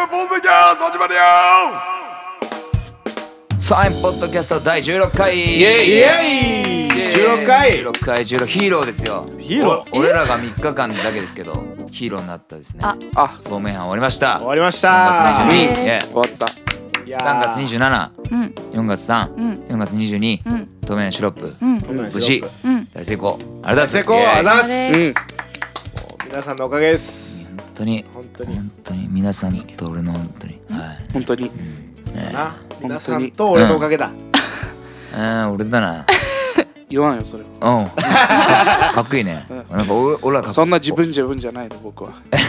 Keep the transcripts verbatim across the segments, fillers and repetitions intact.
ムポッドキャスト始まるよ。 サインポッドキャストだいじゅうろっかいイエイイエイじゅうろっかいじゅうろっかいじゅうろくヒーローですよ。 ヒーロー俺らがみっかかんだけですけどヒーローになったですね。 ああ、 透明班終わりました。 終わりましさんがつにじゅうに、 たイエイ終わった。 いやーさんがつにじゅうなな、 うんよんがつさん、 うんよんがつにじゅうに、 うん透明班シロップ、 うんうん無事うん大成功。ありがとうございます。 成功イエイありがとうございますうんもう皆さんのおかげです本当に本当に本当に皆さんと俺の本当にはい本当に。 ねな皆さんと俺のおかげだうん俺だな。 言わんよそれ。 うんかかっこいいね。 うなんか俺俺らかっこそんな自分自分じゃないの僕は。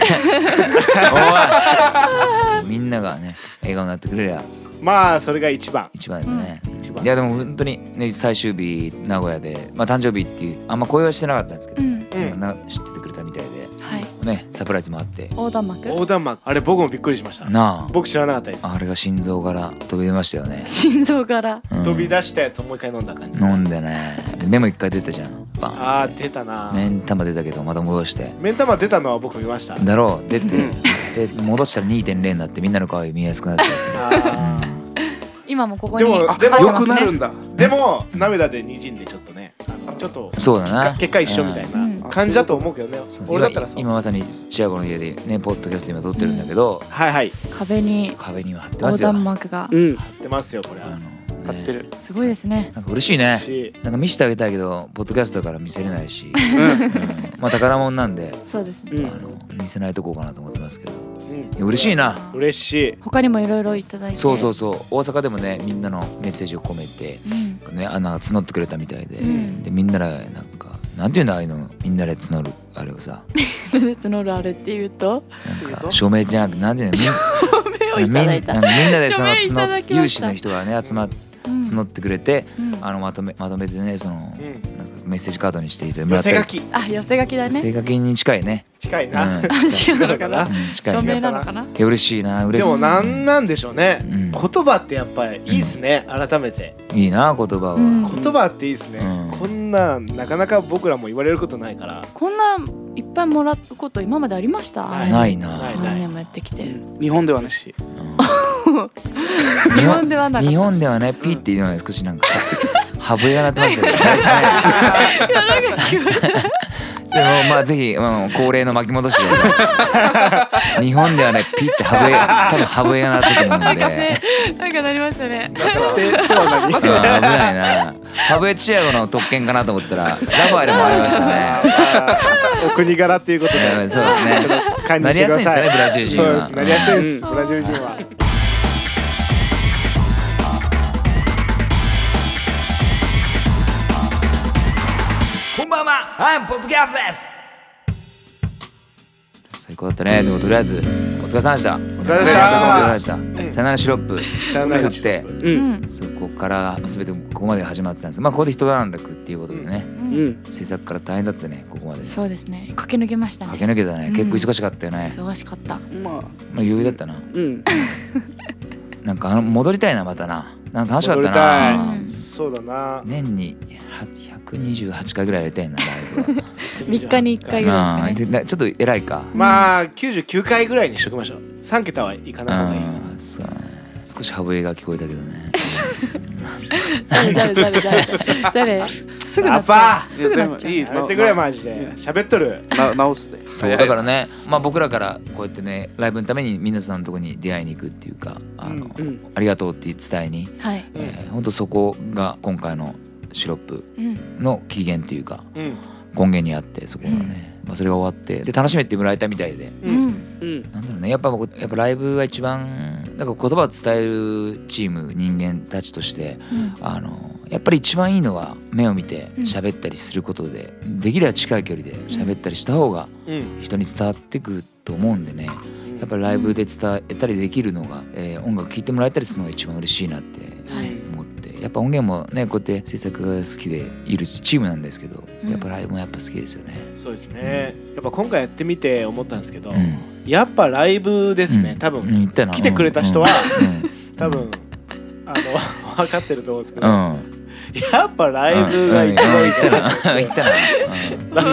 おいみんながね笑顔になってくれりゃまあそれが一番一番ですね。 一番いやでも本当にね最終日名古屋でまあ誕生日っていうあんま声はしてなかったんですけど、 うんうんな知っててくれたみたいではいねサプライズもあって横断幕横断幕あれ僕もびっくりしましたな僕知らなかったですああれが心臓から飛び出ましたよね。 心臓からうん飛び出したやつをもう一回飲んだ感じです飲んでねで目も一回出たじゃん。バンあー出たな目ん玉出たけどまた戻して目ん玉出たのは僕見ましただろう出てで戻したら にてんゼロ になってみんなの顔見やすくなっちゃあー今もここにでもあ、 でも良くなるんだ。 でも涙でにじんでちょっとねあのちょっとう。そうだな結果一緒みたいうんな感じだと思うけどねそう俺だったらそう今今まさにチアゴの家でねポッドキャスト今撮ってるんだけど、 はいはい壁に壁には貼ってま横すよ。 断幕がうん。 貼ってますよこれはあのね合ってる。 すごいですね。 なんか嬉しいね。 しなんか見せてあげたいけどポッドキャストだから見せれないし、 うん。 うんまあ宝物なんで、 そうですね。 うんあの見せないとこうかなと思ってますけど、 うんいや嬉しいな。 嬉しい他にもいろいろいただいてそうそうそう大阪でもねみんなのメッセージを込めてうんねあの募ってくれたみたいで、 うんでみんなでなんかなんていうんだああいうのみんなで募るあれをさ募るあれっていうとなんか署名じゃなくてなんていうの目をいただいたみんなみんなでその署名いただきました募有志の人がね集まってうん募ってくれて、 うんあのまとめまとめてねその、 うんなんかメッセージカードにしていてもら寄ったりせ書きあ寄せ書きだね寄せ書きに近いね。 近いな、 うんあ違うのかなうん近い署近い名なのかないや嬉しいな嬉でしいもなんなんでしょうね、 うん言葉ってやっぱりいいですね、改めていいな言葉は、 うん言葉っていいですね、 うんこんななかなか僕らも言われることないからこんないっぱいもらうこと今までありましたないないなない何年もやってきて日本ではなし。 うん日本ではなかった日本ではねピーっていうのは少しなんかハブエがなってましたけどいやなんか聞こえたそれもまあぜひ、うん、恒例の巻き戻しで日本ではねピーってハブエ多分ハブエがなってると思うんでなんかせなんかなりましたねせそうなにうん危ないなハブエチアゴの特権かなと思ったらラファエルもありましたね。 あーお国柄っていうことで、 うんそうですねちょっと管理してくださいなりやすいんですかねブラジル人はそうですなりやすいです、 うんブラジル人はこんばんは、はい、ポッドキャストです。最高だったね。でもとりあえずお疲れ様でした。お疲れ様でしたお疲れ様でした。 うんさよならシロップさよなら作ってう。 うんんそこから全てここまで始まってたんです。まあここで一段落っていうことでね、 うんうん。 制作から大変だったねここまで。 そうですね駆け抜けましたね駆け抜けたね。 うん結構忙しかったよね。 忙しかったまあ。 まあ余裕だったな。 うん。 なんかあの戻りたいなまたな。なんか楽しかった戻りたな。 うんそうだな年にひゃくにじゅうはちかいぐらいやりたいなライブは。 みっかにいっかいぐらいですかねうんでちょっと偉いか。 まあきゅうじゅうきゅうかいぐらいにしときましょうさん桁はいかない方がいいうんそうね少しハブエが聞こえたけどね。 誰誰誰誰誰すぐなっちゃやうすぐなっちゃういいやめてくれマジで喋っとるな直すで。 そうだからね、まあ、僕らからこうやってねライブのために皆さんのところに出会いに行くっていうかあの、 うんうん。 ありがとうって伝えに、 はいえー、ほんとそこが今回のシロップうんの起源っていうかうん根源にあってそこがね、まあ、それが終わってで楽しめてもらえたみたいでううんんうん。 なんだろうねやっぱ僕やっぱライブが一番なんか言葉を伝えるチーム人間たちとしてうんあのやっぱり一番いいのは目を見て喋ったりすることで、できれば近い距離で喋ったりした方がうん人に伝わってくと思うんでねやっぱりライブで伝えたりできるのが、えー音楽聴いてもらえたりするのが一番嬉しいなってはい思ってやっぱ音源もねこうやって制作が好きでいるチームなんですけど、 うんやっぱライブもやっぱ好きですよね。 そうですねやっぱ今回やってみて思ったんですけど、 うんやっぱライブですね、 うん多分、 うん言ったな来てくれた人は、 うん多分あの分かってると思うんですけど、 うんやっぱライブが一番いい言ったな言ったな、うん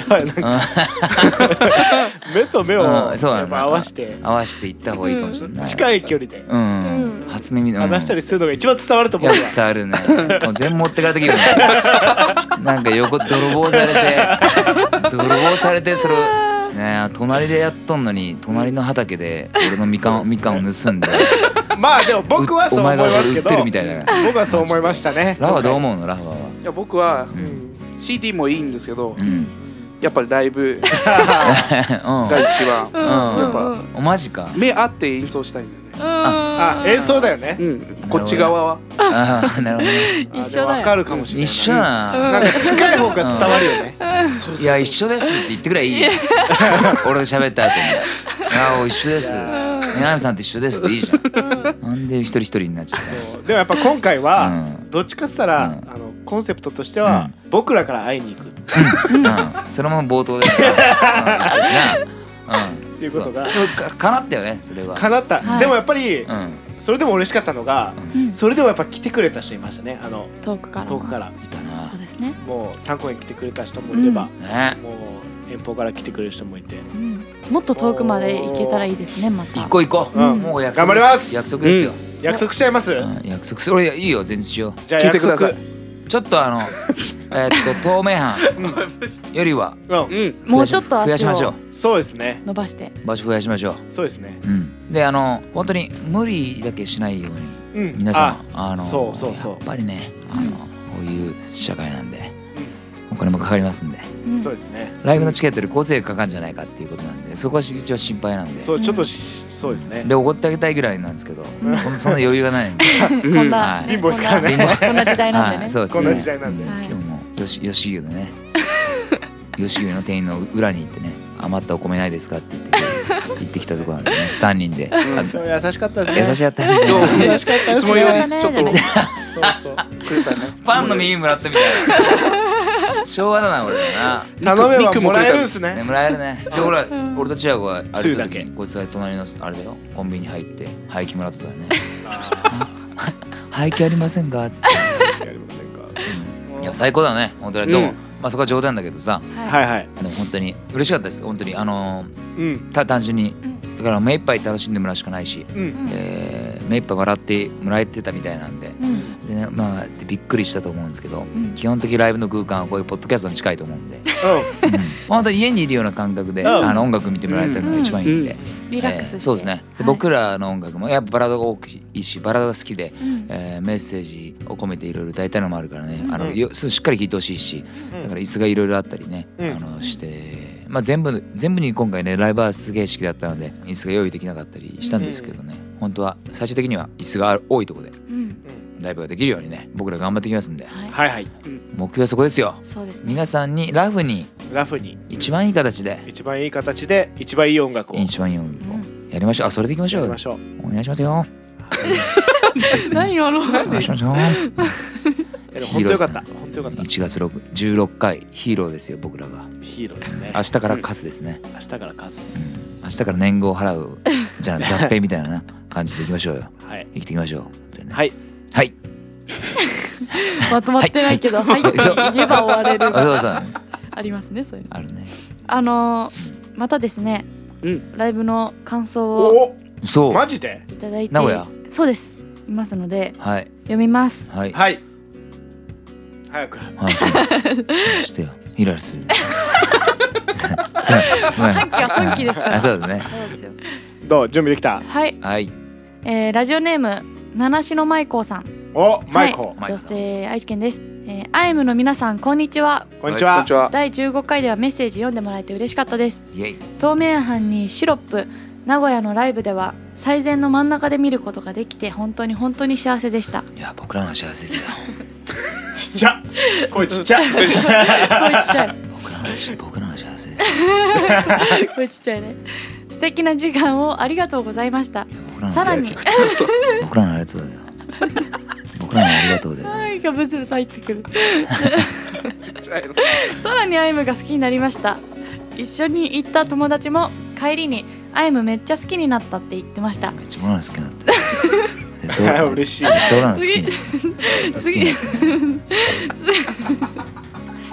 はいなんか目と目をうんそうだねやっぱ合わせて合わせて行った方がいいかもしれない。 近い距離でうん、 うん初耳で、うん、 話したりするのが一番伝わるといや思うわ。 伝わるね。もう全持ってかれた気分ですよ。なんか横泥棒されて泥棒されてそれをね隣でやっとんのに隣の畑で俺のみかんみかんを盗んでまあでも僕はそう思いますけお前がそれ売ってどるみたいな。 僕はそう思いましたね。 ラフはどう思うのラフは。 いや僕はううんんシーディー もいいんですけど、 うんやっぱりライブうんが一番うんやっぱおマジか。 目合って演奏したいんだよね。 あ演奏だよね。 うん、こっち側はあーなるほどね。 あ一緒だよでもわかるかもしれない。 一緒だな。 なんか近い方が伝わるよね。 そうそうそういや一緒ですって言ってくれいいよ。俺が喋った後に。いや一緒です。 いやねあやみさんって一緒ですっていいじゃん。なんで一人一人になっちゃうそうでもやっぱ今回はうんどっちかっつったら、 うんあのコンセプトとしては、僕らから会いに行くっの。うん。それも冒頭で。うん言ったしな。うん。 ていうことがでもか叶ったよねそれは。 叶った、 はいでもやっぱり、 うん。 それでも嬉しかったのが、 うんそれでもやっぱ来てくれた人いましたね。あの遠くから遠くからいたな。 そうですね、 もうさん公演来てくれた人もいれば、 ね。 もう遠方から来てくれる人もいて、 うん、もっと遠くまで行けたらいいですねまた。 行こう行こう。 うんもう約束。 頑張ります約束ですよ。 約束しちゃいます、 うん約束それいいよ全然しよう。 じゃあ聞いて約束ください。 ちょっとあのえーっと透明版よりはうんうんもうちょっと足増やしましょをそうですね伸ばして。 う。場所増やしましょそうですねう。うん。であの本当に無理だけしないようにうん皆さんあのそうそうそうやっぱりねあのうんこういう社会なんでお金もかかりますんでうんそうですねライブのチケットで交通費がかかるんじゃないかっていうことなんでそこは一応心配なんで。 そうちょっとしそうですねでおごってあげたいぐらいなんですけどうんそんそんな余裕がないんで。 こんな、 はい貧乏ですからねこんなこんな時代なんでね。 はいそうですね。 こんな時代なんで、 はい今日もよし吉牛のね吉牛の店員の裏に行ってね余ったお米ないですかって言って言ってきたところなんでねさんにんで、あ今日優しかったですね優しかったですどうね。 優しかったですいつもよねりちょっとねそうそうくれたね。 パンの耳もらったみたいな。昭和だな俺だ頼めば肉ももらえるんくすな。ねねもらえるね。で俺はうん俺と千秋があれだつゆだけけこいつが隣のあれだよコンビニ入って廃棄もらってたよね。 あ廃棄ありませんかっつって。 ーやりませんかいや最高だね本当にどうも。 うんまあそこは冗談だけどさはいはいはいでも本当に嬉しかったです本当にあのうんた単純にうんだから目いっぱい楽しんでもらうしかないし。 うんえー目いっぱい笑ってもらえてたみたいなんでうんで、ね、まあでびっくりしたと思うんですけど、 ん基本的にライブの空間はこういうポッドキャストに近いと思うんで、 ううん、本当に家にいるような感覚で、 うんあの音楽見てもらえたのが一番いいんで、 リラックスして、 えーそうですね、ではい僕らの音楽もやっぱバラードが多くいいしバラードが好きで、 うんえーメッセージを込めていろいろ歌いたいのもあるからね、 うんあのよしっかり聴いてほしいしだから椅子がいろいろあったりね、 うんあのして、まあ、全部全部に今回ねライブハウス形式だったので椅子が用意できなかったりしたんですけどね、本当は最終的には椅子が多いところでうんライブができるようにね僕ら頑張っていきますんではい、 はいはい目標はそこですよ。 そうですね。 皆さんにラフにラフに一番いい形で一番いい形で一番いい音楽をや一番いい音楽をやりましょう。あそれでいきましょうよりましょうお願いしますよ何今の？ お願いしますよえでも本当よかった本当よかったいちがつじゅうろっかいヒーローですよ僕らがヒーローですね明日からカスですね、 明日から勝つ明日から年貢を払うじゃあ雑兵みたいなな感じでいきましょうよはい生きていきましょうというねはいはいまとまってないけど、はい、ってそう言えば終われるあそうがそうありますね、そういうの。 あるねあのーまたですね、 うんライブの感想をおそうマジでいただいて、 名古屋そうです、いますのではい読みます。 はいはい早くはいそうしてよイライラするそうごめん短期は短期ですから。 あそうだねそうですよ。 どう準備できたはい、 はいえーラジオネーム七篠舞子さん、 おマイコはい、女性愛知県です。えー、アイムの皆さんこんにちは。 こんにちはこんにちは。 だいじゅうごかいではメッセージ読んでもらえて嬉しかったです。 イエイ透明版にシロップ、名古屋のライブでは最前の真ん中で見ることができて本当に本当に幸せでした。 いや僕らの幸せですよちっちゃ声ちっちゃ声ちっちゃい僕らのし僕らの幸せですよ声ちっちゃいね。素敵な時間をありがとうございました。 僕らのさらにそう僕らのありがとうだよ僕らのありがとうだよはいがブツブツ入ってくる。 ちっちゃいのさらにアイムが好きになりました。一緒に行った友達も帰りにアイムめっちゃ好きになったって言ってました。 めっちゃ僕らの好きになってどう嬉しい僕らの好きに好き次に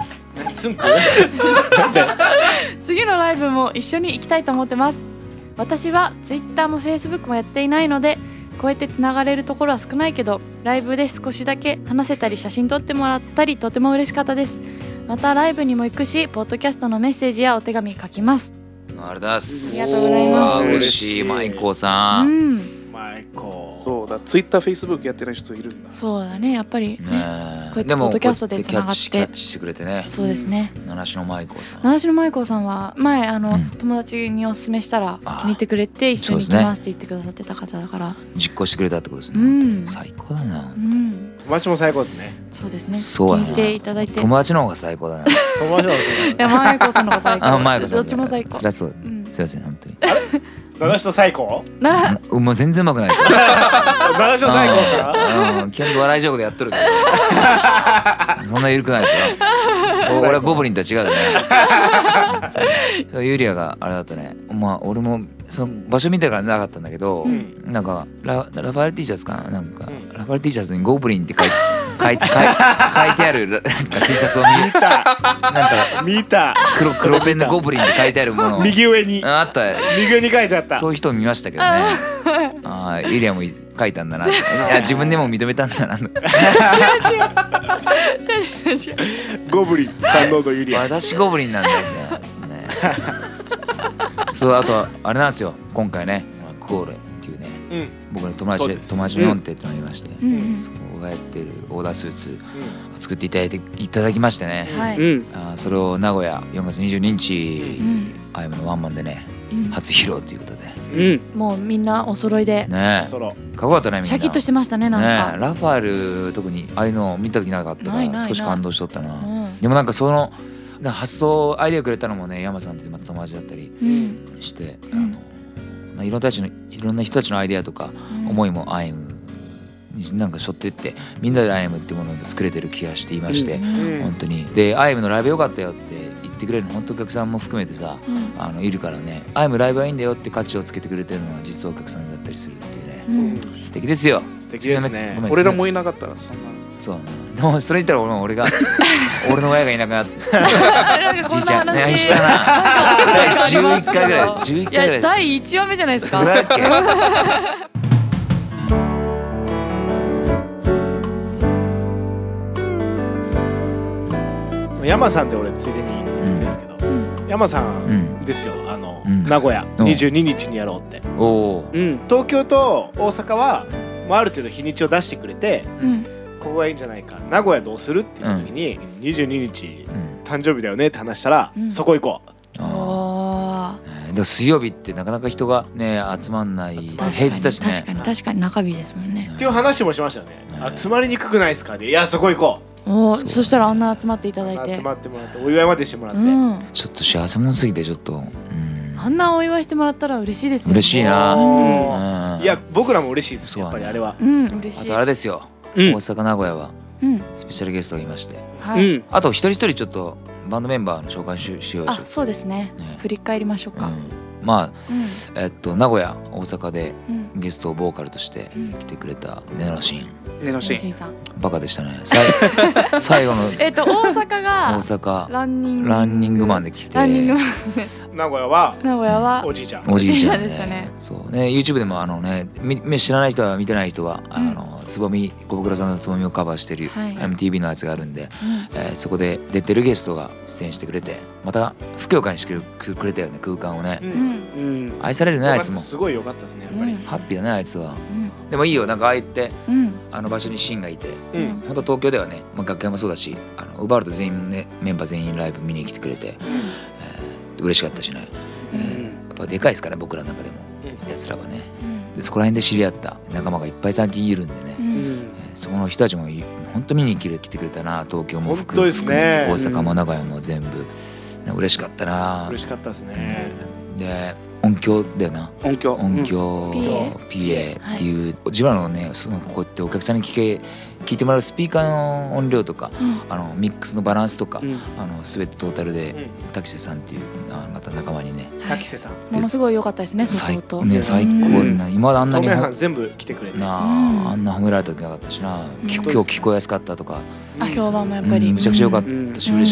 つんく次のライブも一緒に行きたいと思ってます。私はツイッターもフェイスブックもやっていないのでこうやってつながれるところは少ないけど、ライブで少しだけ話せたり写真撮ってもらったりとても嬉しかったです。またライブにも行くし、ポッドキャストのメッセージやお手紙書きます。 ありがとうございます。 ありがとうございます。 嬉しい。マイコーさん、 うん、 マイコーそうだ、ツイッター、フェイスブックやってない人いるんだ。 そうだね、やっぱりね、 ねこうやってでもポッドキャストでつながってこうやってキャッチキャッチしてくれてね。 そうですね。 七種のマイコーさん、 七種のマイコーさんは前あの、 うん友達におすすめしたらあ気に入ってくれて一緒に行きそうですねますって言ってくださってた方だから、 実行してくれたってことですね、 うん本当に最高だな、 うん、 友達も最高ですね。 そうですね。 そうだな聞いていただいて、い友達の方が最高だな。 友達も最やマイコーさんの方が最高。 あ、マイコーさんどっちも最高そ。りゃそう、 うん、 すいません本当に。 高七種と最高な、 もう全然うまくないですよ。 七種と最高さうん、基本的に笑いジョークでやっとるけどそんな緩くないですよ。お俺はゴブリンとは違うよね。そうユリアがあれだったね。まあ俺もその場所見てからなかったんだけど、 んなんかララファエル T シャツかな、なんか、 うんラファエル T シャツにゴブリンって書いて書いて書い書いてあるなんか T シャツを見見たなんか見た黒黒ペンでゴブリンって書いてあるものを右上にあった。 右上に書いてあった。 そういう人を見ましたけどね。ああ、ユリアも書いたんだな。いや自分でも認めたんだな。 違う違う違う違う。 ゴブリンサンロードユリア。 私ゴブリンなんだよね。ですね。そうあとはあれなんですよ。今回ね、クオールっていうね、 うん僕の友達でそうです友達のヨンテってのがいまして、 うんうんそこがやってるオーダースーツを作っていただいていただきましてね。 はい。 うん。 あーそれを名古屋よんがつにじゅうににち、 うんアイムのワンマンでねうん初披露ということでうん。 もうみんなお揃いでね。 ソロ。 かっこよかったねみんな。 シャキッとしてましたね、なんねか。 ラファエル特にああいうのを見た時なかったかないないないら少し感動しとったな。 うんでもなんかそのな発想アイデアくれたのもね山さんってまた友達だったりうんして、 うんあのいろんな人たちのいろんな人たちのアイデアとかうん思いもアイムになんか背負ってってみんなでアイムっていうものを作れてる気がしていまして、 うん本当にでアイムのライブ良かったよって言ってくれるの本当お客さんも含めてさうんあのいるからねアイムライブはいいんだよって価値をつけてくれてるのは実はお客さんだったりするっていうね、 うん素敵ですよ。 素敵ですねごめん俺らもいなかったらそんな。 そうだな。でもそれ言ったら俺も俺が俺の親がいなくなってなんかこんじいちゃんな話ねしたな第じゅういっかいぐらいじゅういっいかいぐらいやだいいちわめじゃないですか。 それだっけその山さんで俺ついでに言ってたんですけど、 うん山さうんんですよ。あの、 うん名古屋うんにじゅうににちにやろうって。 おおうん。 東京と大阪はもうある程度日にちを出してくれて、 うんここがいいんじゃないか。名古屋どうするって言った時に、にじゅうににちうん誕生日だよねって話したら、 うんそこ行こう。 あおーーえーだから水曜日ってなかなか人がね集まんない集まんない平日だしね確かに確かに中日ですもんね。 っていう話もしましたよね。 ね集まりにくくないですかで、いやそこ行こそうおーそしたらあんな集まっていただいてう。集、まってもらってお祝いまでしてもらって。 うん、 ちょっと幸せもんすぎてちょっとうんあんなお祝いしてもらったら嬉しいですよね。 嬉しいなおうんーいや僕らも嬉しいですそうだねやっぱりあれは。 うん嬉しい。 あとあれですようん大阪名古屋はうんスペシャルゲストがいましてはい。 うん。 あと一人一人ちょっとバンドメンバーの紹介ししようよあそうですね。 ね振り返りましょうか。 うんまあうんえっと名古屋大阪でうん。 ゲストをボーカルとして来てくれたネノシンねのししんさん。 バカでしたねさい最後のえっと大阪大が阪ランニングランニングマンで来てランニングマン名古屋は名古屋はおじいちゃん。 おじいちゃんおじいちゃんでしたねそうね YouTube でもあのねみみ知らない人は見てない人は、あのつぼみ小袋さんのつぼみをカバーしてる、 はいエムティービー のやつがあるんで、 うんえーそこで出てるゲストが出演してくれてまた不況感にしてくくれたよね空間をね、 う。 うんんうん。 愛されるねあいつもすごい良かったですねやっぱり。 ハッピーだねあいつはうんでもいいよなんかああ言ってうんあの場所にシンがいてう。 うんん本当東京ではね、まあ、楽屋もそうだしあのウバールと全員ねメンバー全員ライブ見に来てくれて、えー嬉しかったしね、えーやっぱでかいですから僕らの中でもうんやつらはねうんでそこら辺で知り合った仲間がいっぱい最近いるんでね、 ううんん。 えーそこの人たちもい本当見に来て来てくれたな東京も含本当ですね含めて大阪も名古屋も全部、ね嬉しかったな嬉しかったですね。 で音響だよな音響。 音響、 ピーエーピーエー っていう、自分らのねそのこうやってお客さんに聞け聞いてもらうスピーカーの音量とかうんあのミックスのバランスとか、 うん。 あの全てトータルでうん滝瀬さんっていうあまた仲間にねはい滝瀬さん。 ものすごい良かったですねそ最ことね最高うんな今まであんなにほトメハン全部来てくれて。 なあ、 うんあんな褒められた時なかったしな、 うん聞く今日聞こえやすかったとか、 あ評判もやっぱりうんむちゃくちゃ良かっうんたし嬉しかっ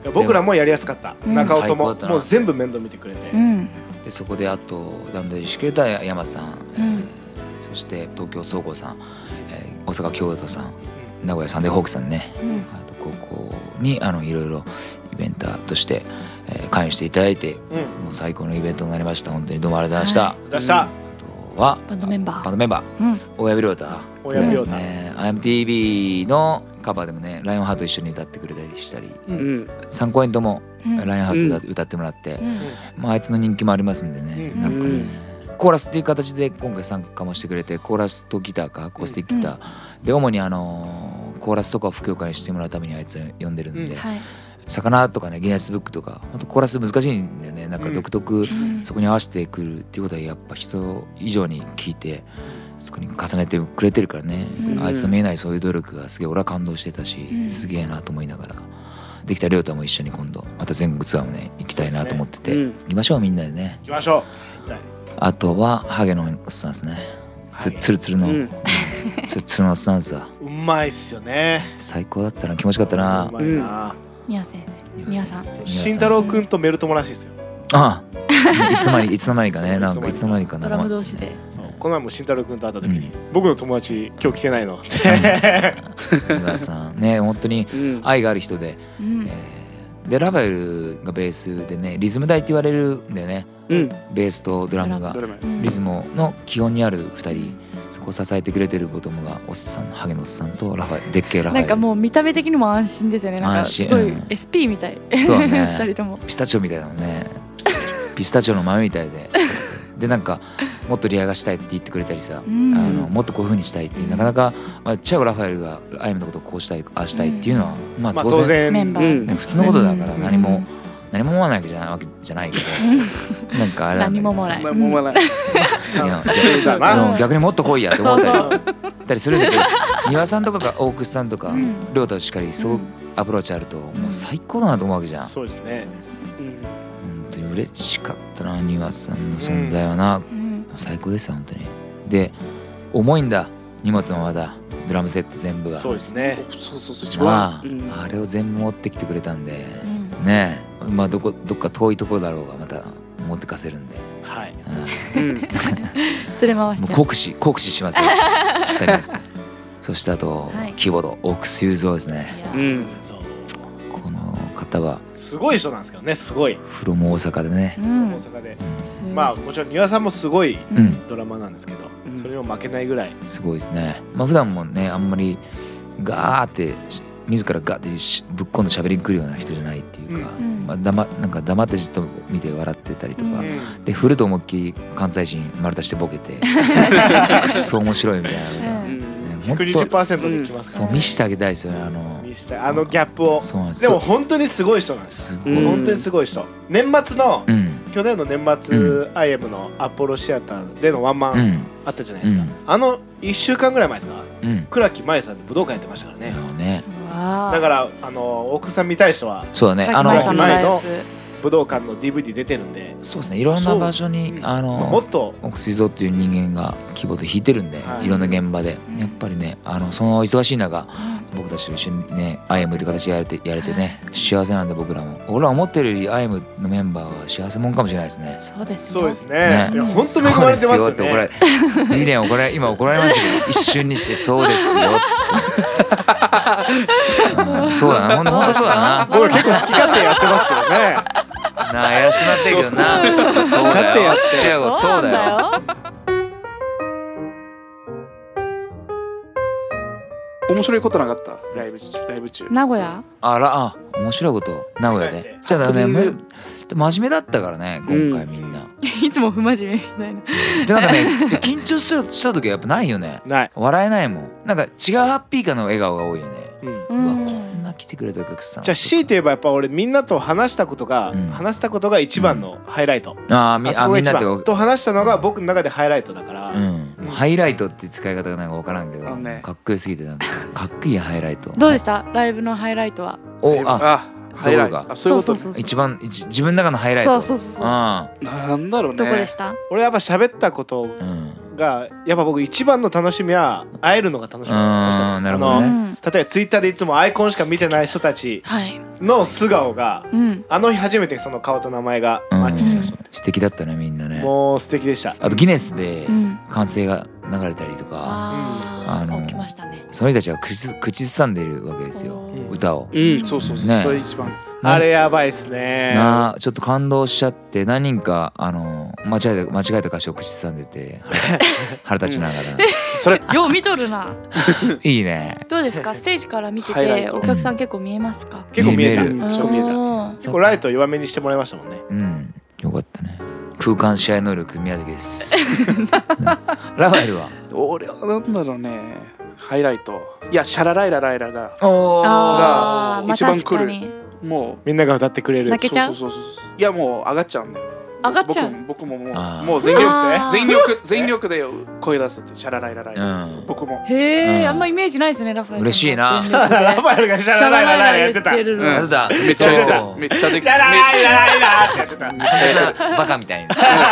僕らもやりやすかった、 うん中尾とも最高だったなもう全部面倒見てくれて、 うんでそこであと段取りしてくれた山さん、えーうんそして東京総合さん、えー大阪京都さん、名古屋サンデーホークさんね、 うんあとここにあのいろいろイベンターとして、えー関与していただいて、 うん、 もう最高のイベントになりました。本当にどうもありがとうございました。 出した、 あとはバンドメンバーバンドメンバーうん大藪亮太親です病太、 ね。アイエムティービー のカバーでもねライオンハート一緒に歌ってくれたりしたり、 うんさん公演ともうんライオンハート歌,、歌ってもらって、 うんまあ、あいつの人気もありますんでね、 うんなんかね、 うんコーラスっていう形で今回参加もしてくれて、コーラスとギターかアコースティックギター、で主にあのーコーラスとかを不協会にしてもらうためにあいつ呼んでるんで、 うんはい魚とかねギネスブックとか本当コーラス難しいんだよね。なんか独特、 うんそこに合わせてくるっていうことはやっぱ人以上に聞いてそこに重ねてくれてるからね、 うんあいつの見えないそういう努力がすげえ俺は感動してたし、 うんすげえなと思いながらできた亮太も一緒に今度また全国ツアーもね行きたいなと思ってて、 うん行きましょうみんなでね。 行きましょう絶対。 あとはハゲのおっさんですね、つはいつるつるの、 うんつるつるのおっさんですわ。 うまいっすよね。 最高だったな、気持ちよかったなう。まいな。 宮先生宮さん慎太郎くんとメル友らしいですよ。 ああいつの間にいつの間にかねそうなんかいつの間にかドラムな同士でそうこの前も慎太郎くんと会った時に、 うん僕の友達今日来てないのって。 菅さんね本当にうん愛がある人で、 うんえーでラファエルがベースでねリズム隊って言われるんだよね。 うんベースとドラムがドラムうんリズムの基本にあるふたり、そこを支えてくれてるボトムがおっさんハゲのおっさんとラファエルでっけえラファエルなんかもう見た目的にも安心ですよねなんか安心すごいうんエスピー みたいそうね二人ともピスタチオみたいなのねピスタチオの豆みたいででなんかもっとリアがしたいって言ってくれたりさ、 うんあのもっとこういう風にしたいってなかなか、まあ、チアゴ・ラファエルがアイムのことをこうしたいああしたいっていうのは、まあまあ当然,、 当然メンバーうんね、普通のことだからうん何も、何も思わないわけじゃないわけじゃないけどなんかあれなんだけど何も思わさないそんなもんはないいやそうだなでも逆にもっと来いやって思ったりそうたりするんだけど丹羽さんとかが大楠さんとかうん亮太としっかりそうアプローチあるともう最高だなと思うわけじゃん。 そうですね。 うん本当に嬉しかったな丹羽さんの存在はな、 うん最高ですよ本当に。で重いんだ荷物もまだドラムセット全部がそうですね。 そうそうそう一まあ、 番うんあれを全部持ってきてくれたんで、 うんねえまあどこどっか遠いところだろうがまた持ってかせるんで、 はい。 うん連れ回しちゃうもう酷使酷使しますよしたりますそしてあと、 はいキーボードオークス雄三ですね。 いやうんそう。 この方はすごい人なんですけどね。すごい。 フロム大阪でねう、 大ん阪で。 すごいまあもちろん丹羽さんもすごいうんドラマなんですけど、 うんそれにも負けないぐらい。 すごいですね。まあ普段もねあんまりガーってし自らガーってしぶっこんで喋りに来るような人じゃないっていうか、 うんまあ、黙なんか黙ってじっと見て笑ってたりとか、 うんで振ると思いっきり関西人丸出してボケてくっそ面白いみたいなのが、 うねんほんとひゃくにじゅっパーセントできますそう見してあげたいですよねあのにしてあのギャップを。 そうなんですでも本当にすごい人なんです。 すごい、 うん本当にすごい人。年末のうん去年の年末、 うアイエム のアポロシアターでのワンマンうんあったじゃないですか。 うんあのいっしゅうかんぐらい前ですか。 うん倉木麻衣さんで武道館やってましたからね。 ねわあだからあの奥さん見たい人はそうだねあの倉木麻衣のライ武道館の ディーブイディー 出てるんで、 そうですねいろんな場所にそうあのもっと奥水蔵っていう人間がキーボード弾いてるんで、 はいい、ろんな現場でうんやっぱりねあのその忙しい中ブ僕たちと一緒にね アイエム って形でやれてやれてね幸せなんで僕らも俺ら思ってるより アイエム のメンバーは幸せもんかもしれないですね。 そうですそうですね。 ねいや本当恵まれてますよそうですよって怒らね。 れリレン怒られ今怒られましたけど一瞬にしてそうですよっつって、うんそうだなほんとほんとそうだな僕ら結構好き勝手やってますけどね。 なあやらしてもらってるけどなそう勝手やだってよチアゴそうだよよ面白いことなかったライブ中ライブ中名古屋あらあ面白いこと名古屋はいでじゃあねアクリルむ真面目だったからね今回みんな、 いつも不真面目みたいなじゃあなんかね緊張したした時はやっぱないよねない。 笑えないもんなんか違うハッピーかの笑顔が多いよね、 うん。 ううわこんな来てくれたお客さんじゃあ強いて言えばやっぱ俺みんなと話したことが、 うん話したことが一番のハイライト。 あーみああそこが一みんなって番と話したのが僕の中でハイライトだから。 うん、ハイライトっていう使い方がなんか分からんけど、 あのねかっこよすぎてなんかかっこいいハイライトどうでしたライブのハイライトはおああそういうことかハイライトあそういうことそうそうそう一番一自分の中のハイライトそうそうそうそうあなんだろうねどこでした俺やっぱ喋ったことーうんがやっぱ僕一番の楽しみは会えるのが楽しみだったんです。 あーなるほどねあのうん例えばツイッターでいつもアイコンしか見てない人たちはいの素顔がうんあの日初めてその顔と名前がマッチした人、 素敵だったねみんなね。 もう素敵でした。 あとギネスでうん歓声が流れたりとか、 ああのー起きましたねその人たちが口ず口ずさんでいるわけですよ、 ん歌を。 うんそうそうそう、 ねそれ一番あれやばいっすね。 なあちょっと感動しちゃって何人かあの間違えた間違えた歌詞を口ずさんでて腹立ちながら、 それよう見とるないいね。 どうですかステージから見てハイライトてお客さん結構見えますか結構見えた。 見える結構見えた。 あー結構ライト弱めにしてもらいましたもんね。 うんよかったね。空間支配能力宮崎ですラファエルは俺はなんだろうねハイライトいやシャラライラライラがおあーまあ一番来る確かにもみんなが歌ってくれる。 泣けちゃうそうそうそうそういやもう上がっちゃうんだよね上がっちゃう僕僕ももあーうもう全力あー全力全力で声出すってシャラライラライラ、 うん僕もへえ、 うんあんまイメージないですねラファエルさんが嬉しいな全力でラファエルがシャラライラライラやってた。 シャラライラ言ってるのうんやってためっちゃ出てたそうめっちゃでシャラライラライラってやってた。 めっちゃ出てたバカみたいな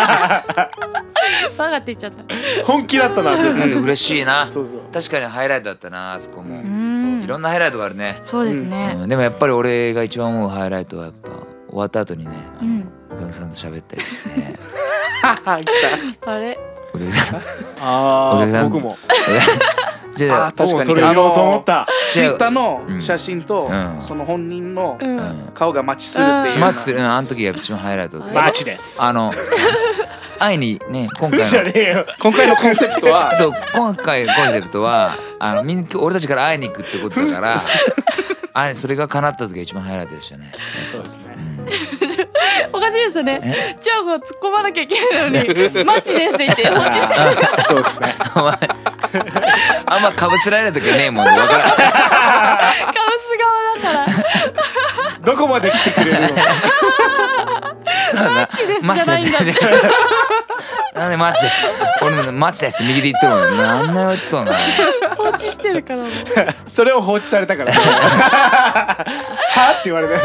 バカって言っちゃった本気だったな。 嬉しいな。 そうそう。 確かにハイライトだったなあそこも、 うーんいろんなハイライトがあるね、 そうですねうんでもやっぱり俺が一番思うハイライトはやっぱ終わった後にねあの、 うんお客さんと喋ったりして来たあれお客さんあお客さんあ僕も。 じゃああー確かに僕もそれ言おうと思った。 ツイッターうんの写真と、 うんその本人のうんうん顔がマッチするっていうスマッチするうんあの時が一番ハイライトでマジです。 あの愛にね今回のじゃねえよ。 今回のコンセプトはそう今回コンセプトはあのみんな俺たちから会いに行くってことだからあそれが叶った時が一番ハイライトでしたね、 そうですね。 うんおかしいですよねえじゃあこう突っ込まなきゃいけないのにマッチですって言って放置してるそうですね。 お前あんまかぶせられる時はねえもんで分からんカウス側だからどこまで来てくれるの。 そうだなマッチですじゃマッチないんだってですなんでマッチです俺もマッチですって右で言ってるのなんな言っとんの放置してるからもうそれを放置されたから。はって言われて。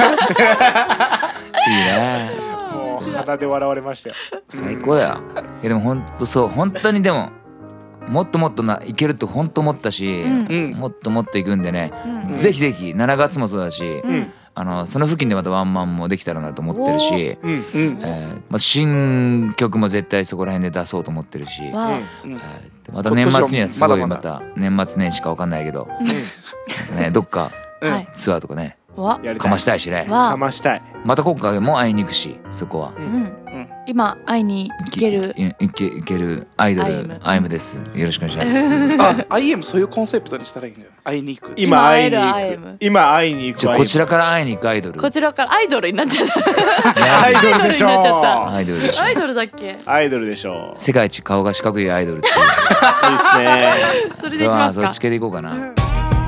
いいねもう鼻で笑われましたよ。 最高だよいやでもほんとそう本当にでももっともっとないけると本当思ったし、 うんうんもっともっといくんでね、 うんぜひぜひしちがつもそうだし、 うんあのその付近でまたワンマンもできたらなと思ってるし、 うん。 うんえーまあ、新曲も絶対そこら辺で出そうと思ってるし、えわうんーまた年末にはすごいままだた年末年始か分かんないけど、 あね、どっかうんはいツアーとかねわやりたいかま。したいしねわかましたい。 また今回も会いに行くしそこはう。 うんん今会いに行けるいいけいけるアイドルアイムアイムですよろしくお願いしますあ アイエム そういうコンセプトにしたらいいんだよ会いに行く今会いに今会える行アイムく。今会いに行く。 じゃあこちらから会いに行くアイドルこちらからアイドルになっちゃったアイドルでしょ。 アイドルになっちゃったアイドルでしょアイドルだっけアイドルでしょう。 世界一顔が四角いアイドルっていういいですね。 それでそれいきますかはそっち系でいこうかな、 うん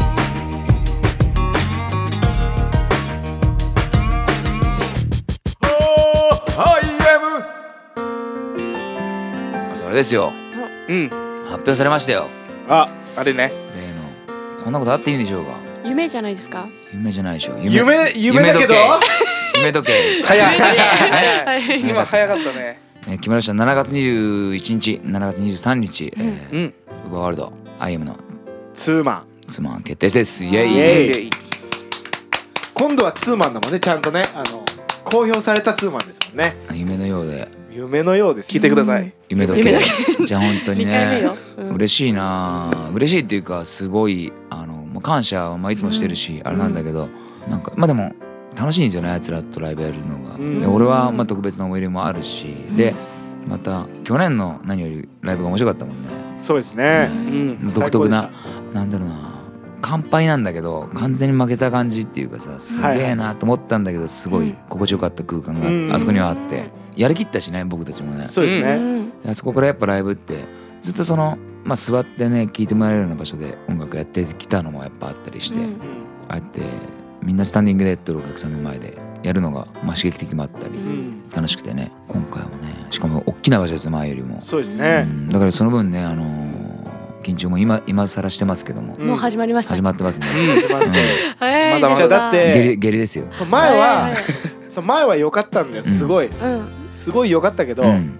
あとあれですようん発表されましたよあ、 あれね例のこんなことあっていいんでしょうか夢じゃないですか夢じゃないでしょ夢夢だけど。 夢時計早い早い早いはい今早かったねえー決まりましたしちがつにじゅういちにちしちがつにじゅうさんにち、えーうんウバワールド アイエム のツーマン。 ツーマン決定ですイエイイエイイエイ今度はツーマンだもんね。ちゃんとね。あの公表されたツーマンですもんね。 夢のようで夢のようです。 聞いてください夢時夢計じゃあ本当にね二回目ようん嬉しいなあ嬉しいっていうかすごいあのまあ感謝はまあいつもしてるし、あれなんだけど、なんかまあでも楽しいんですよねあいつらとライブやるのが、 うんで俺はまあ特別な思い入れもあるし、でまた去年の何よりライブが面白かったもんね、 そうですね。 うん独特な最高なんだろうな乾杯なんだけど完全に負けた感じっていうかさすげえなと思ったんだけどすごい心地よかった空間うんがあそこにはあってやりきったしね僕たちもねうそうですね。 んあそこからやっぱライブってずっとその、まあ、座ってね聴いてもらえるような場所で音楽やってきたのもやっぱあったりして、 うんああやってみんなスタンディングでやってるお客さんの前でやるのが、まあ、刺激的もあったり、 ううんん。 楽しくてね今回もねしかも大きな場所です前よりも、うそうですね。 ん、だからその分ね、あのー緊張も今今更してますけども、 うんもう始まりました始まってますね、 始まってうんはいまだまだじゃあだって下痢下痢ですよ、 そう前ははいそう前は良かったんだよ。すごいうんすごい良かったけど、 うん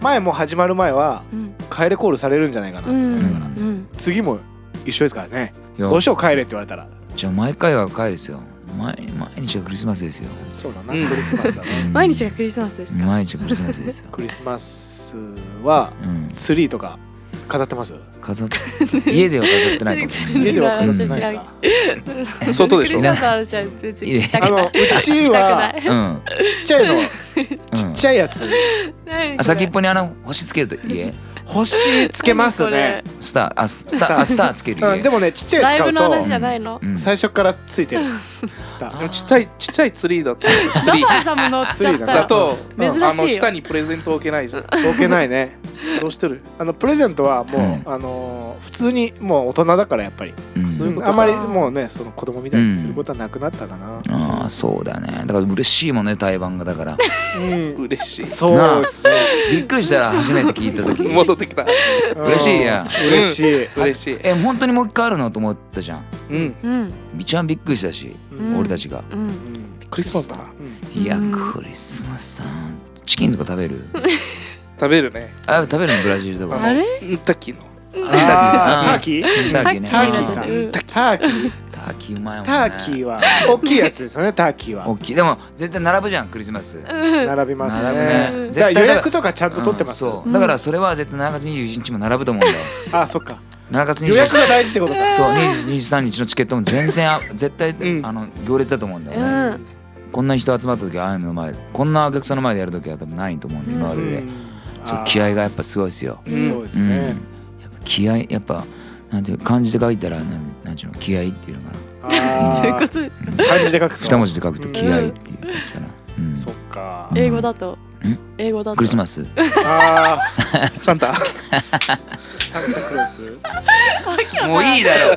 前も始まる前はうん帰れコールされるんじゃないかなと思いながら、 うんうん次も一緒ですからね。 いやどうしよう帰れって言われたら。 じゃあ毎回が帰るですよ。毎毎日がクリスマスですよ。 そうだな、 うんクリスマスだね。 うん毎日がクリスマスですか。 毎日がクリスマスですよ。 クリスマスはうん、 ツリーとか飾ってます？ 飾って家では飾ってないかもしれない。 家では飾ってない知らんか。 外でしょクリスマスの話は別に聞きたくない。 あのうちはうん、 ちっちゃいの、ちっちゃいやつ何あ先っぽにあの星つけると家星つけますね。 スターあスターあスターつける家。 うん、でもねちっちゃいライやつ買うとブの話じゃないの。 うん最初からついてるスター。 でもちっちゃいちっちゃいツリーだったツリーダッフさんも乗っちゃっツリーた。 だと珍しいよあの下にプレゼント置けないじゃん。 置けないね。 どうしてる？ あのプレゼントはもう、 うんあのー普通にもう大人だからやっぱり、 うんそういうことあんまりもうねその子供みたいにすることはなくなったかな。 ああそうだね。だから嬉しいもんね対バンがだから。 うん、 嬉しい。 そうですね。 びっくりしたら初めて聞いた時。 戻ってきた。 嬉しいやうん嬉しい。 嬉しい。 え本当にもう一回あるのと思ったじゃん。 うん。 うん一番びっくりしたし、 うん俺たちが。 うん。 うんクリスマスだな。 いやうんクリスマスさんチキンとか食べる？ 食べるね。 あ食べるのブラジルとか。 あれうんタッキーの。 あーターキー？ ターキーね。 ターキーか。 うんターキー。 ターキーうまいもんね。 ターキーは大きいやつですよね。ターキーは大きい。でも絶対並ぶじゃんクリスマス。 並びます並ぶね。 ね。 じゃあ予約ととかちゃんと取ってます。 そう。だからそれは絶対しちがつにじゅういちにちも並ぶと思うんだよ。 あ、そっか。 しちがつにじゅ予ういち約が大事ってことか。 そうにじゅうさんにちのチケットも全然あ絶対、 うんあの行列だと思うんだうよね、 ん。 こんなに人集まった時アイムの前こんなお客さんの前でやる時は多分ないと思うんで、 うん今までで、そう気合がやっぱすごいですよ、 うんそうですうん、やっね。 ぱ気合やっぱなんていう漢字で書いたらなんなんていうの気合っていうのかあそういうこーとですか。 漢字で書くと。 な二文字で書くと気合っていう感じかな、うんそっか。 うん英語だとん。 英語だと。 クリスマスあサンタ。 あ、サンタクロース。 もういいだろ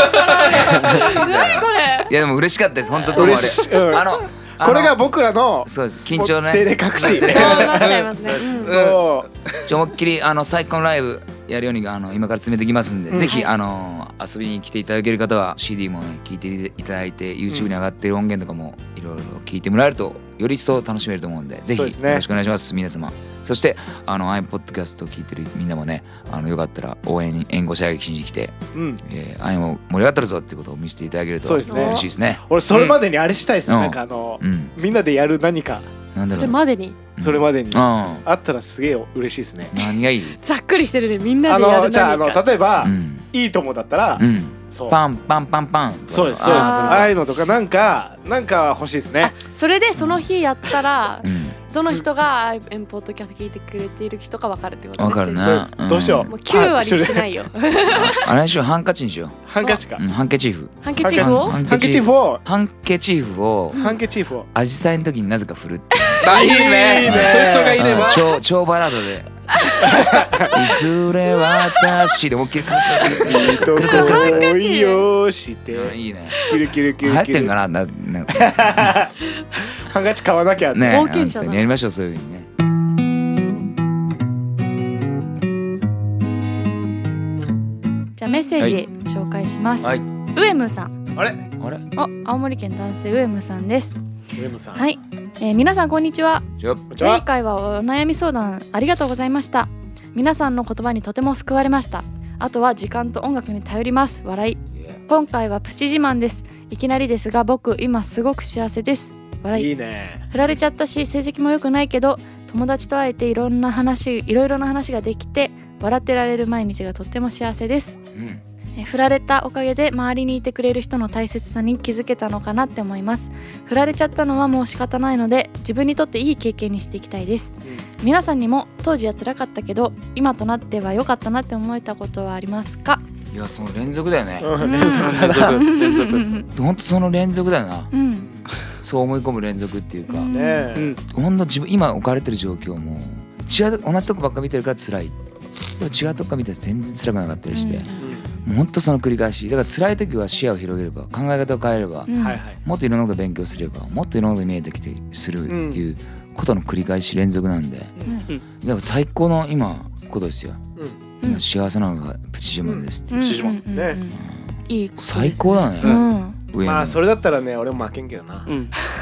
何これ。 いやでも嬉しかったです本当どうもあれ嬉しいうんあのあのこれが僕らのそうです緊張ね照れ隠し。 あーなっちゃいますね。 そうですうんそう。 ちょ思いっきりあの最高のライブやるようにあの今から詰めてきますんで、 うんぜひあの遊びに来ていただける方は シーディー もね聞いていただいて YouTube に上がってる音源とかもいろいろ聞いてもらえるとより一層楽しめると思うんでぜひよそうですねろしくお願いします皆様。そしてあのアイムポッドキャスト聞いてるみんなもねあのよかったら応援に援護射撃しに来て、 うん。 えー、アイム盛り上がってるぞっていうことを見せていただけるとそうですね嬉しいですね。 俺それまでにあれしたいですね。 うんなんかあのうんみんなでやる何かそうなんだろれまでにそれまでにうんあったらすげえ嬉しいですね。 何がいい？ ざっくりしてるね。みんなあでやるのじゃああの何か。 例えばうんいいともだったらうんそうパンパンパンパンそうですそうです。 あーああいうのとかなんかなんか欲しいですね。 それでその日やったらうんどの人がエンポッドキャスト聞いてくれている人か分かるってことですわかるねそうですどうしようもうきゅう割しないよ。 あれにしようハンカチにしよハンカチかう、うん、ハンケチーフハンケチーフをハンハンケチーフをハンケチーフをハンケチーフをアジサイの時になぜか振るっていうあいいね。 いいねそういう人がいればうん。超超バラードでいずれ私で思いっきりかかっていいとこ恋をしてうんいいねキルキルキルキル流行ってんかなななハンカチ買わなきゃね冒険者だ本当にやりましょうそういうふうにねじゃあメッセージ紹介します。 はいウエムさん。 あれあれお、青森県男性ウエムさんです。 ウェムさんはい、えー皆さんこんにちは。 ちょこんにちは前回はお悩み相談ありがとうございました。皆さんの言葉にとても救われました。あとは時間と音楽に頼ります。笑い。今回はプチ自慢です。いきなりですが僕今すごく幸せです。笑い。 いいね振られちゃったし成績も良くないけど友達と会えていろんな話いろいろな話ができて笑ってられる毎日がとっても幸せです。 うんえ振られたおかげで周りにいてくれる人の大切さに気づけたのかなって思います。振られちゃったのはもう仕方ないので自分にとっていい経験にしていきたいです。皆さんにも当時は辛かったけど今となっては良かったなって思えたことはありますか？ いやその連続だよねうん連続だ連な続連続。 ほんとその連続だよなうんそう思い込む連続っていうか、 うんねえうん。 ほんと自分今置かれてる状況も違う同じとこばっか見てるから辛いでも違うとこから見たら全然辛くなかったりして、もうほんとその繰り返しだから辛い時は視野を広げれば考え方を変えれば、 うんはいはいもっといろんなこと勉強すればもっといろんなこと見えてきてするっていうことの繰り返し連続なんで、 うんでも最高の今ことですようんうん今幸せなのがプチ自慢ですっていう、 うん自慢うんうんうんねいいことですね最高だね、 うん上のまあそれだったらね俺も負けんけどなうん。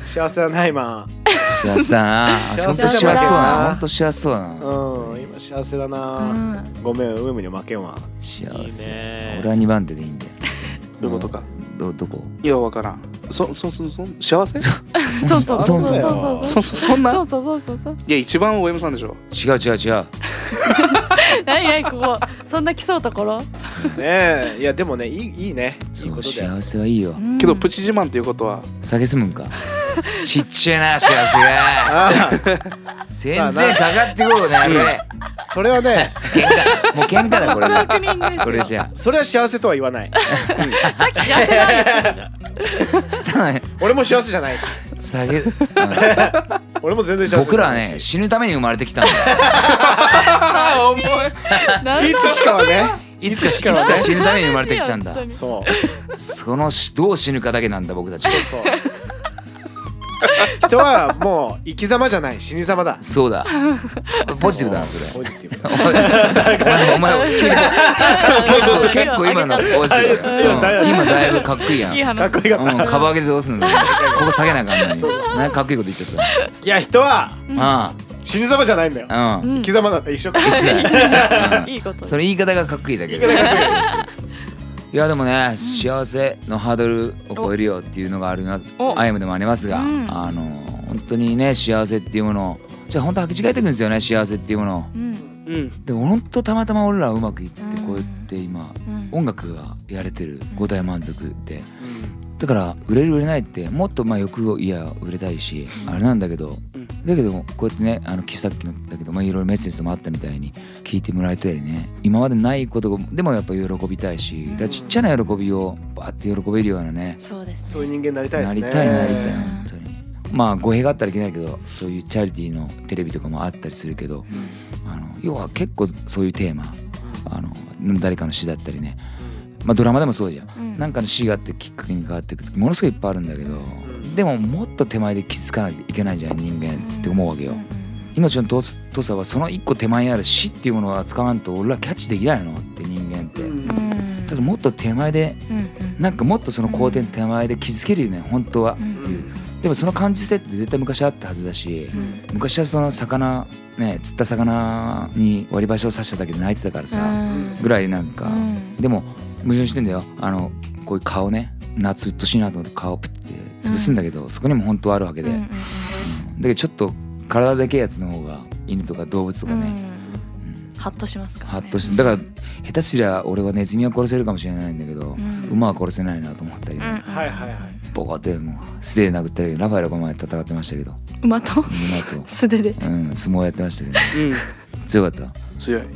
幸せだな今。 幸せだな。 幸せほんと幸せそうだだな。 なほんと幸せそうだな。 うん今幸せだうな。 んごめんウェムに負けんわ。 幸いいせ。 ね俺はにばん手でいいんだよ。 どういうことか。 どどこ？ いやわからん。そそそそ幸せ？ そうそうそうそうそうそうそそそんな？ そうそうそうそうそういや一番 オーエム さんでしょ。 違う違う違う。 何何ここそんな競うところねえいやでもねいいいいねいいそうことだよ。 幸せはいいよ。 けどプチ自慢っていうことは酒すむんか。ちっちゃいな幸せが。 ああ全然かかってこうねこれ。 それはね喧嘩もう喧嘩だこれ確認ですよこれじゃ。 それは幸せとは言わない。 さっき幸せなんですよ俺も幸せじゃないし。 酒。うん俺も全然幸せじゃないし。 僕らはね死ぬために生まれてきたんだよ。 あ重い。 なんいつしかはね。 いつかいついつしかはねか死ぬために生まれてきたんだ。 本当にそうそのどう死ぬかだけなんだ僕たち。 そうそう。人はもう生き様じゃない死に様だ。 そうだ。ポジティブだなそれ。 ポジティブ。 お前お前急に結構結構今のポジティブだ。 今だいぶうん今だいぶかっこいいやん。 いい話かっこよかった。 うん、株上げてどうすんのここ下げなあかんのになんかかっこいいこと言っちゃっいや人はたあ死に様じゃないんだよ。 あうんうん生き様だって一緒か。 一緒だよ、 いいことうん、それ言い方がかっこいいだけで言い方がかっこいやでもね、幸せのハードルを超えるよっていうのがありますおアイムでもありますが、 うんあの本当にね幸せっていうものをじゃあ本当履き違えていくんですよね幸せっていうものをうんうんでも本当たまたま俺らはうまくいってうんこうやって今うん音楽がやれてる五体満足でだから売れる売れないってもっとまあ欲をいや売れたいしあれなんだけどうんだけどもこうやってねあのさっきのだけどまあいろいろメッセージもあったみたいに聞いてもらえたりね今までないことでもやっぱ喜びたいしだからちっちゃな喜びをバーって喜べるようなねそうですねそういう人間になりたいですね。 なりたいなりたいうん本当にまあ語弊があったらいけないけどそういうチャリティーのテレビとかもあったりするけどあの要は結構そういうテーマあの誰かの詩だったりねまあドラマでもそうじゃんうんなんかの詩があってきっかけに変わっていく時ものすごいいっぱいあるんだけどでももっと手前で気づかなきゃいけないんじゃない人間って思うわけようん命の尊さはその一個手前にある死っていうものを扱わんと俺らキャッチできないのって人間ってうんうんただもっと手前でうんうんなんかもっとその後天手前で気づけるよね本当はうんっていうでもその感じ性って絶対昔あったはずだしうん昔はその魚ね釣った魚に割り箸を刺しただけで泣いてたからさうんぐらいなんかうんでも矛盾してんだよあのこういう顔ね夏うっとしいなと思って顔をプッて潰すんだけど、そこにも本当はあるわけで、 うんうんうんだけどちょっと体でけえやつの方が犬とか動物とかね、 うんうんハッとしますからねハッとしてだから下手すりゃ俺はネズミは殺せるかもしれないんだけど、 うん馬は殺せないなと思ったりね、 うんうんはいはいはい。 ボコってもう素手で殴ったりラファエルこの前戦ってましたけど馬と馬と、 素手でうん、相撲やってましたけどうん強かった強い。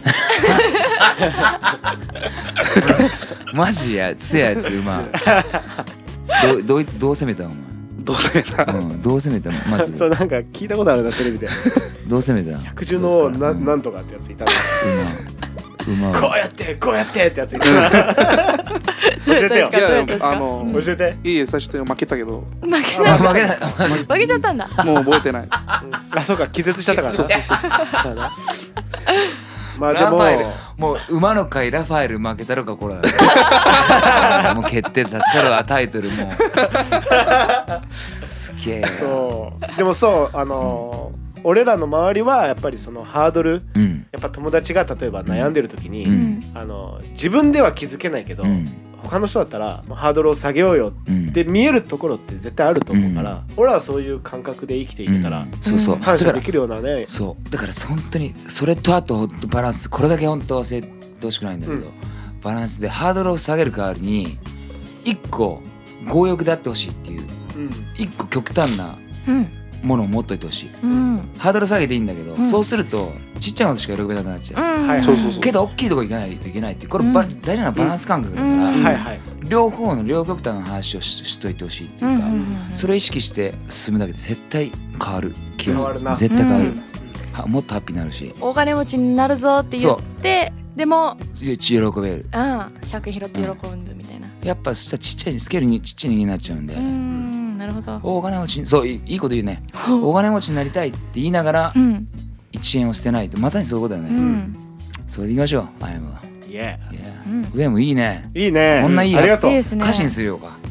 マジや強いやつ馬どうどうどう攻めたのおどうせな。 前、うん、どう攻めたのまずそうなんか聞いたことあるなテレビで。 どう攻めたの百獣の王なうんなんとかってやついたな。 馬馬こうやってこうやってってやついたな。教えてよどうやったんですかあの教えて。 いいえ最初で負けたけど負けなあい負けない負けちゃったんだもう覚えてない。 あそうか気絶しちゃったからな。 そうそうそうそうだな。まあでもラファエルもう馬の会ラファエル負けたろかこれもう決定助かるわタイトルもうすげえよそうでもそうあのー俺らの周りはやっぱりそのハードルうんやっぱ友達が例えば悩んでる時に、 うんあの自分では気づけないけど、 うん他の人だったらもうハードルを下げようようんって見えるところって絶対あると思うから、 うん俺らはそういう感覚で生きていけたら、 うんそうそうだから感謝できるようなね。 そうだから本当にそれとあとほんとバランスこれだけ本当忘れてほしくないんだけど、 うんバランスでハードルを下げる代わりに一個強欲であってほしいっていううん一個極端なうんものを持っといてほしいうんハードル下げていいんだけど、 うんそうするとちっちゃなことしか喜べなくなっちゃう、 うんはいそうそうそうけど大きいとこ行かないといけないってこれば、 うん大事なバランス感覚だから、 うんはいはい。 両方の両極端の話を し, しといてほしいっていうか、 うんうんうんそれを意識して進むだけで絶対変わる気がする変わるな絶対変わる、 うんはもっとハッピーになるし大金持ちになるぞって言ってでも喜べるうんひゃくえん拾って喜ぶみたいなやっぱさちっちゃいスケールにちっちゃい人間になっちゃうんで、 うんなるほど大金持ちにそういいいいこと言うね大金持ちになりたいって言いながらうんいちえんを捨てないとまさにそういうことだようね、 んそれでいきましょうアイムはイエいやうん上もいいねーいいね。 こんないいありがとう。 いいですね歌詞にするようか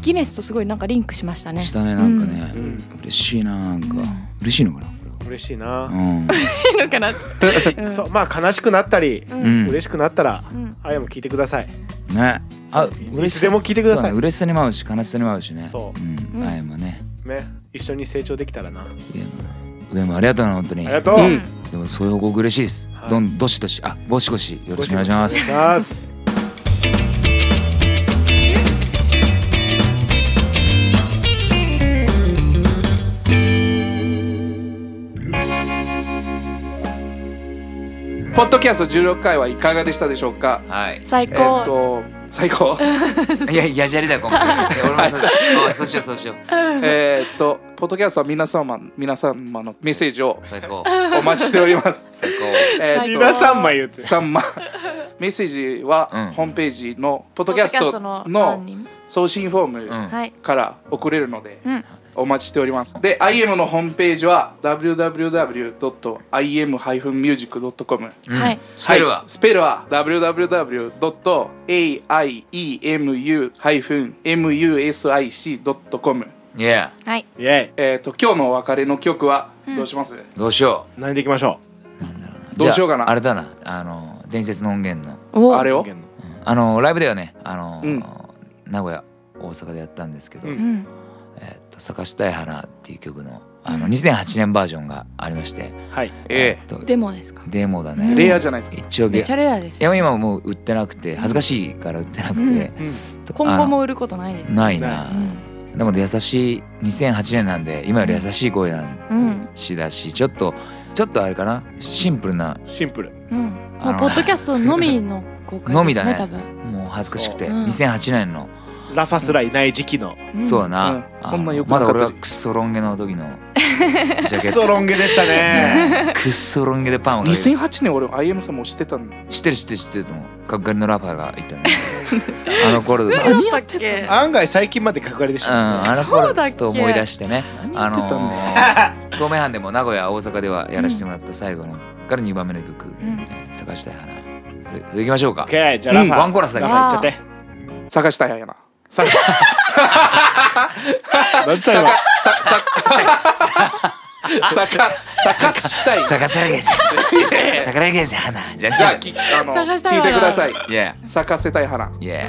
ギネスとすごいなんかリンクしましたね。 したねなんかね、 うん、 嬉しいななんか、 うん、 嬉しいのかな嬉しいな、 うん、 いいのかな、うん、 そうまあ悲しくなったり、 うんうん、 嬉しくなったら、 うん、 あやも聞いてくださいね。あ、 いつでも聞いてください。 そうね、嬉しさにも合うし悲しさにも合うしね。 そう、 うん、あやもねね、一緒に成長できたらな。 上もありがとうな本当に。 ありがとう、うん、 でもそういう報告嬉しいです、はい、どんどしどしあごしごしよろしくお願いします。 お願いします。 ポッドキャストじゅうろっかいはいかがでしたでしょうか。 はい、 最高。 えー、っと最高いややじゃりだ今回。俺もそうそうしようそうしよう。 えっとポッドキャストは皆様皆様のメッセージを最高お待ちしております。 最高。 えー、っと皆さんま言ってさんまメッセージは、うん、ホームページのポッドキャストの送信フォームから送れるので、うん、お待ちしております。で アイエム のホームページは ダブリューダブリューダブリュードットアイエムミュージックドットコム、 はい、 スペルは、 スペルは ダブリューダブリューダブリュードットエーアイイーエムユーエムユーエスアイシードットコム。 Yeah。 はい。 えっと今日のお別れの曲はどうします？うん、 どうしよう。何でいきましょう。なんだろうな。 どうしようかな。 あれだな。あの伝説の音源のあれを、うん、 あのライブではね、あの、うん、名古屋大阪でやったんですけど、うん、えっと咲かしたい花っていう曲のあのにせんはちねんバージョンがありまして、 はい。 えー、っとデモですか？ デモだね。 レアじゃないですか。 一応めちゃレアですよ。 いや今もう売ってなくて恥ずかしいから売ってなくて、うんうん、 今後も売ることないです。 ないな。うん、でも優しいにせんはちねんなんで今より優しい声なんしだし、ちょっとちょっとあれかな、シンプルなシンプル。 うん。もうポッドキャストのみの公開ですね。 のみだね。 多分。 もう恥ずかしくて、うん、にせんはちねんのラファすらいない時期の、 うん、そうだな、うん、 そんなよくまだ俺がクッソロン毛の時のジャケット。クッソロン毛でしたね。 クッソロン毛でパンをにせんはちねん俺 アイエム さんも知ってたんだ。 知ってる知ってる知ってると思う。角刈りのラファーがいたね。あの頃で何やってたっけ。 案外最近まで角刈りでしたね、うん、 あの頃ちょっと思い出してね。あのー、東名阪でも名古屋大阪ではやらせてもらった最後のからにばんめの曲、うん、咲かしたい花。それそれ行きましょうか。 OK じゃあラファー、 うん、ワンコーラスだけラファーいっちゃって。 咲かしたい花。咲か何歳は咲かしたい。 咲かされげじゃ咲かれげじゃ花。じゃあきあの聞いてください。 Yeah。 咲かせたい花。 Yeah。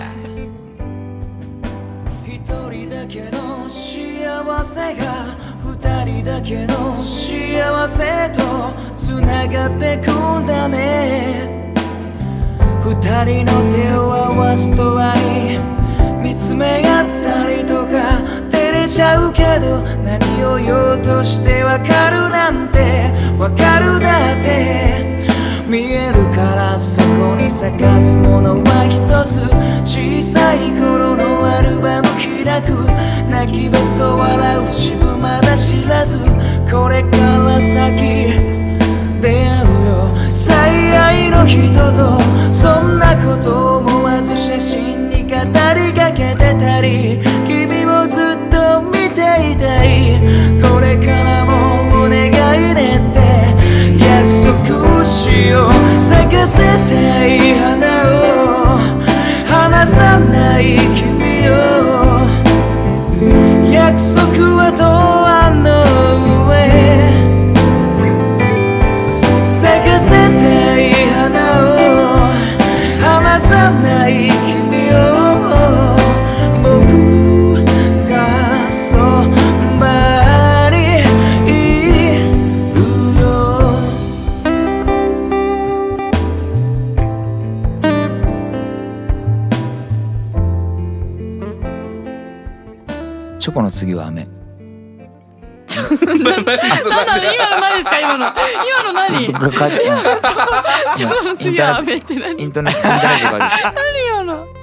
一人だけの幸せが二人だけの幸せとつながってくんだね。二人の手を合わすとあり見つめ合ったりとか照れちゃうけど何を言おうとしてわかるなんてわかるだって見えるからそこに咲かすものは一つ小さい頃のアルバム開く泣きべそ笑う自分まだ知らずこれから先出会うよ最愛の人とそんなこと思わず写真に語りかけてたり君をずっと見ていたいこれからもお願いねって約束しよう咲かせたい花を離さない君を約束はドアの上咲かせたい花を離さない君を僕がそばにいるよ。 チョコの次は飴。 なんだ今の何ですか今の今の何？チョコチョコの次は飴って何？ インターネットインターネットが何今の？